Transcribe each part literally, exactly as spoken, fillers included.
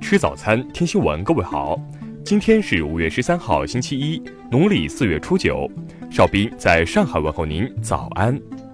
吃早餐，听新闻。各位好，今天是五月十三号，星期一，农历四月初九。邵斌在上海问候您早安。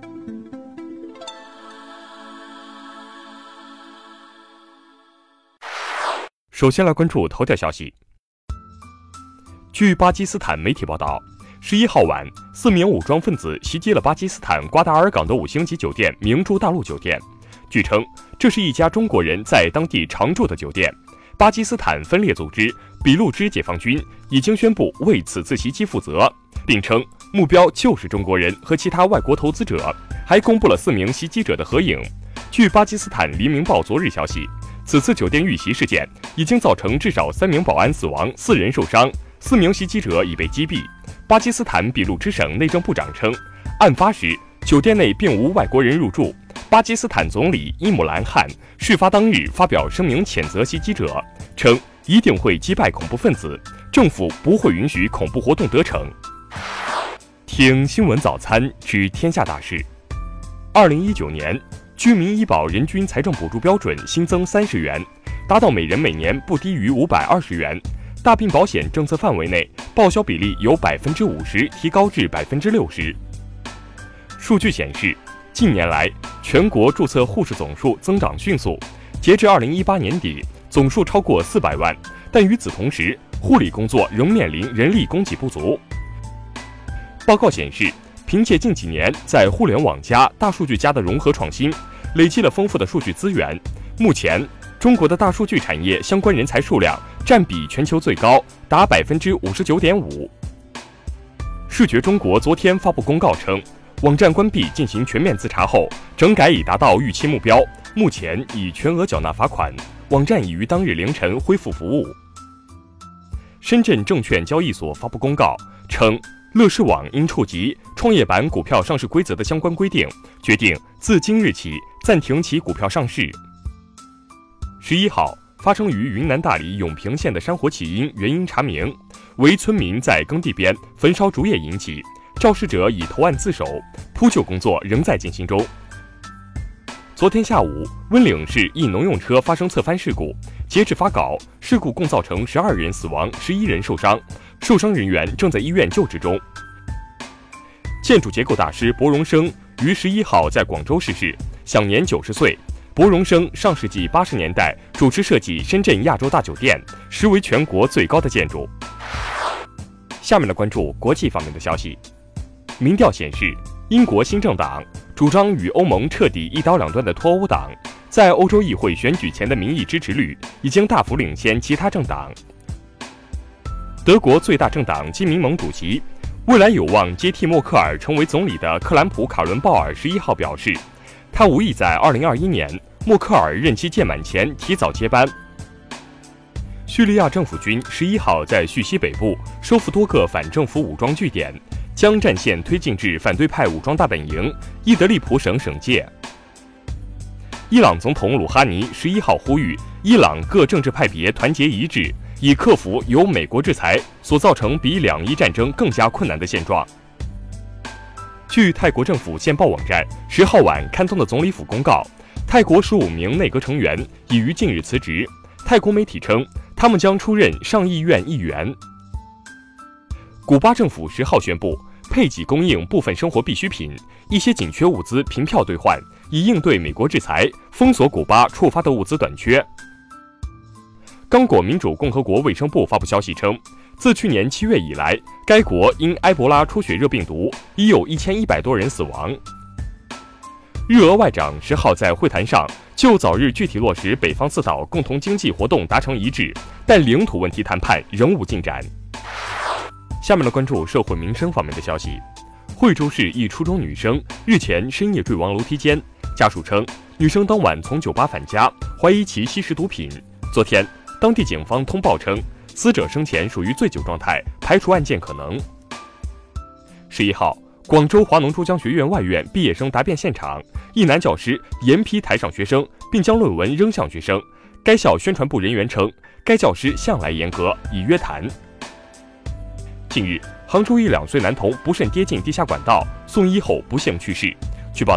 首先来关注头条消息。据巴基斯坦媒体报道，十一号晚，四名武装分子袭击了巴基斯坦瓜达尔港的五星级酒店明珠大陆酒店。据称，这是一家中国人在当地常住的酒店。巴基斯坦分裂组织俾路支解放军已经宣布为此次袭击负责，并称目标就是中国人和其他外国投资者，还公布了四名袭击者的合影。据巴基斯坦黎明报昨日消息，此次酒店遇袭事件已经造成至少三名保安死亡，四人受伤，四名袭击者已被击毙。巴基斯坦俾路支省内政部长称，案发时酒店内并无外国人入住。巴基斯坦总理伊姆兰汗事发当日发表声明谴责袭击者，称一定会击败恐怖分子，政府不会允许恐怖活动得逞。听新闻早餐知天下大事。二零一九年，居民医保人均财政补助标准新增三十元，达到每人每年不低于五百二十元。大病保险政策范围内，报销比例由百分之五十提高至百分之六十。数据显示，近年来全国注册护士总数增长迅速，截至二零一八年底，总数超过四百万。但与此同时，护理工作仍面临人力供给不足。报告显示，凭借近几年在互联网加、大数据加的融合创新，累积了丰富的数据资源。目前，中国的大数据产业相关人才数量占比全球最高，达百分之五十九点五。视觉中国昨天发布公告称，网站关闭进行全面自查后，整改已达到预期目标，目前已全额缴纳罚款，网站已于当日凌晨恢复服务。深圳证券交易所发布公告称，乐视网因触及创业板股票上市规则的相关规定，决定自今日起暂停其股票上市。十一号，发生于云南大理永平县的山火起因原因查明，为村民在耕地边焚烧竹叶引起，肇事者已投案自首，扑救工作仍在进行中。昨天下午，温岭市一农用车发生侧翻事故，截至发稿，事故共造成十二人死亡，十一人受伤，受伤人员正在医院救治中。建筑结构大师柏荣生于十一号在广州逝世，享年九十岁。柏荣生上世纪八十年代主持设计深圳亚洲大酒店，实为全国最高的建筑。下面来关注国际方面的消息。民调显示，英国新政党主张与欧盟彻底一刀两断的脱欧党，在欧洲议会选举前的民意支持率已经大幅领先其他政党。德国最大政党基民盟主席、未来有望接替默克尔成为总理的克兰普·卡伦鲍尔十一号表示，他无意在二零二一年默克尔任期届满前提早接班。叙利亚政府军十一号在叙西北部收复多个反政府武装据点，将战线推进至反对派武装大本营伊德利卜省省界。伊朗总统鲁哈尼十一号呼吁伊朗各政治派别团结一致，以克服由美国制裁所造成比两伊战争更加困难的现状。据泰国政府线报网站十号晚刊登的总理府公告，泰国十五名内阁成员已于近日辞职。泰国媒体称，他们将出任上议院议员。古巴政府十号宣布，配给供应部分生活必需品，一些紧缺物资凭票兑换，以应对美国制裁封锁古巴触发的物资短缺。刚果民主共和国卫生部发布消息称，自去年七月以来，该国因埃博拉出血热病毒已有一千一百多人死亡。日俄外长十号在会谈上就早日具体落实北方四岛共同经济活动达成一致，但领土问题谈判仍无进展。下面来关注社会民生方面的消息。惠州市一初中女生日前深夜坠亡楼梯间，家属称女生当晚从酒吧返家，怀疑其吸食毒品。昨天，当地警方通报称，死者生前属于醉酒状态，排除案件可能。十一号，广州华农珠江学院外院毕业生答辩现场，一男教师严批台上学生，并将论文扔向学生。该校宣传部人员称，该教师向来严格，已约谈。近日，杭州一两岁男童不慎跌进地下管道，送医后不幸去世。据报道，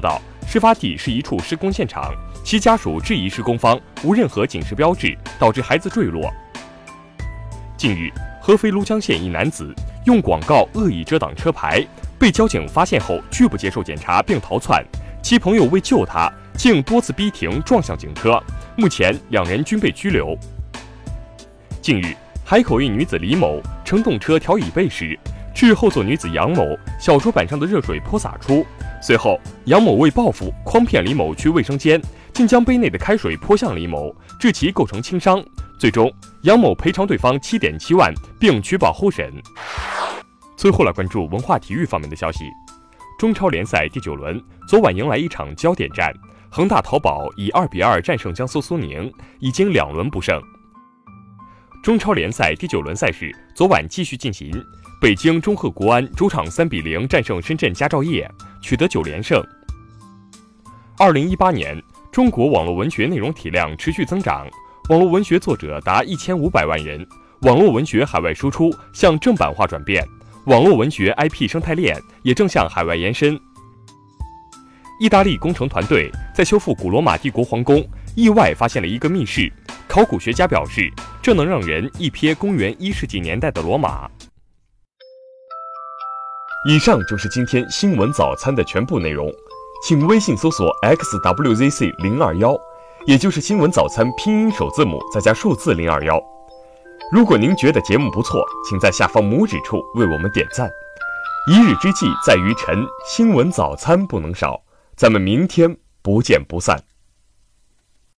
事发地是一处施工现场，其家属质疑施工方无任何警示标志，导致孩子坠落。近日，合肥庐江县一男子用广告恶意遮挡车牌，被交警发现后拒不接受检查并逃窜，其朋友为救他，竟多次逼停撞向警车，目前两人均被拘留。近日，海口一女子李某乘动车调椅背时，致后座女子杨某小桌板上的热水泼洒出，随后杨某为报复诓骗李某去卫生间，竟将杯内的开水泼向李某，致其构成轻伤。最终，杨某赔偿对方 七点七万，并取保候审。最后来关注文化体育方面的消息。中超联赛第九轮昨晚迎来一场焦点战，恒大淘宝以二比二战胜江苏苏宁，已经两轮不胜。中超联赛第九轮赛事昨晚继续进行，北京中赫国安主场三比零战胜深圳佳兆业，取得九连胜。二零一八年，中国网络文学内容体量持续增长，网络文学作者达一千五百万人，网络文学海外输出向正版化转变，网络文学 I P 生态链也正向海外延伸。意大利工程团队在修复古罗马帝国皇宫，意外发现了一个密室，考古学家表示，这能让人一瞥公元一世纪年代的罗马。以上就是今天新闻早餐的全部内容，请微信搜索 X W Z C 零二一，也就是新闻早餐拼音首字母再加数字零二一。如果您觉得节目不错，请在下方拇指处为我们点赞。一日之计在于晨，新闻早餐不能少，咱们明天不见不散。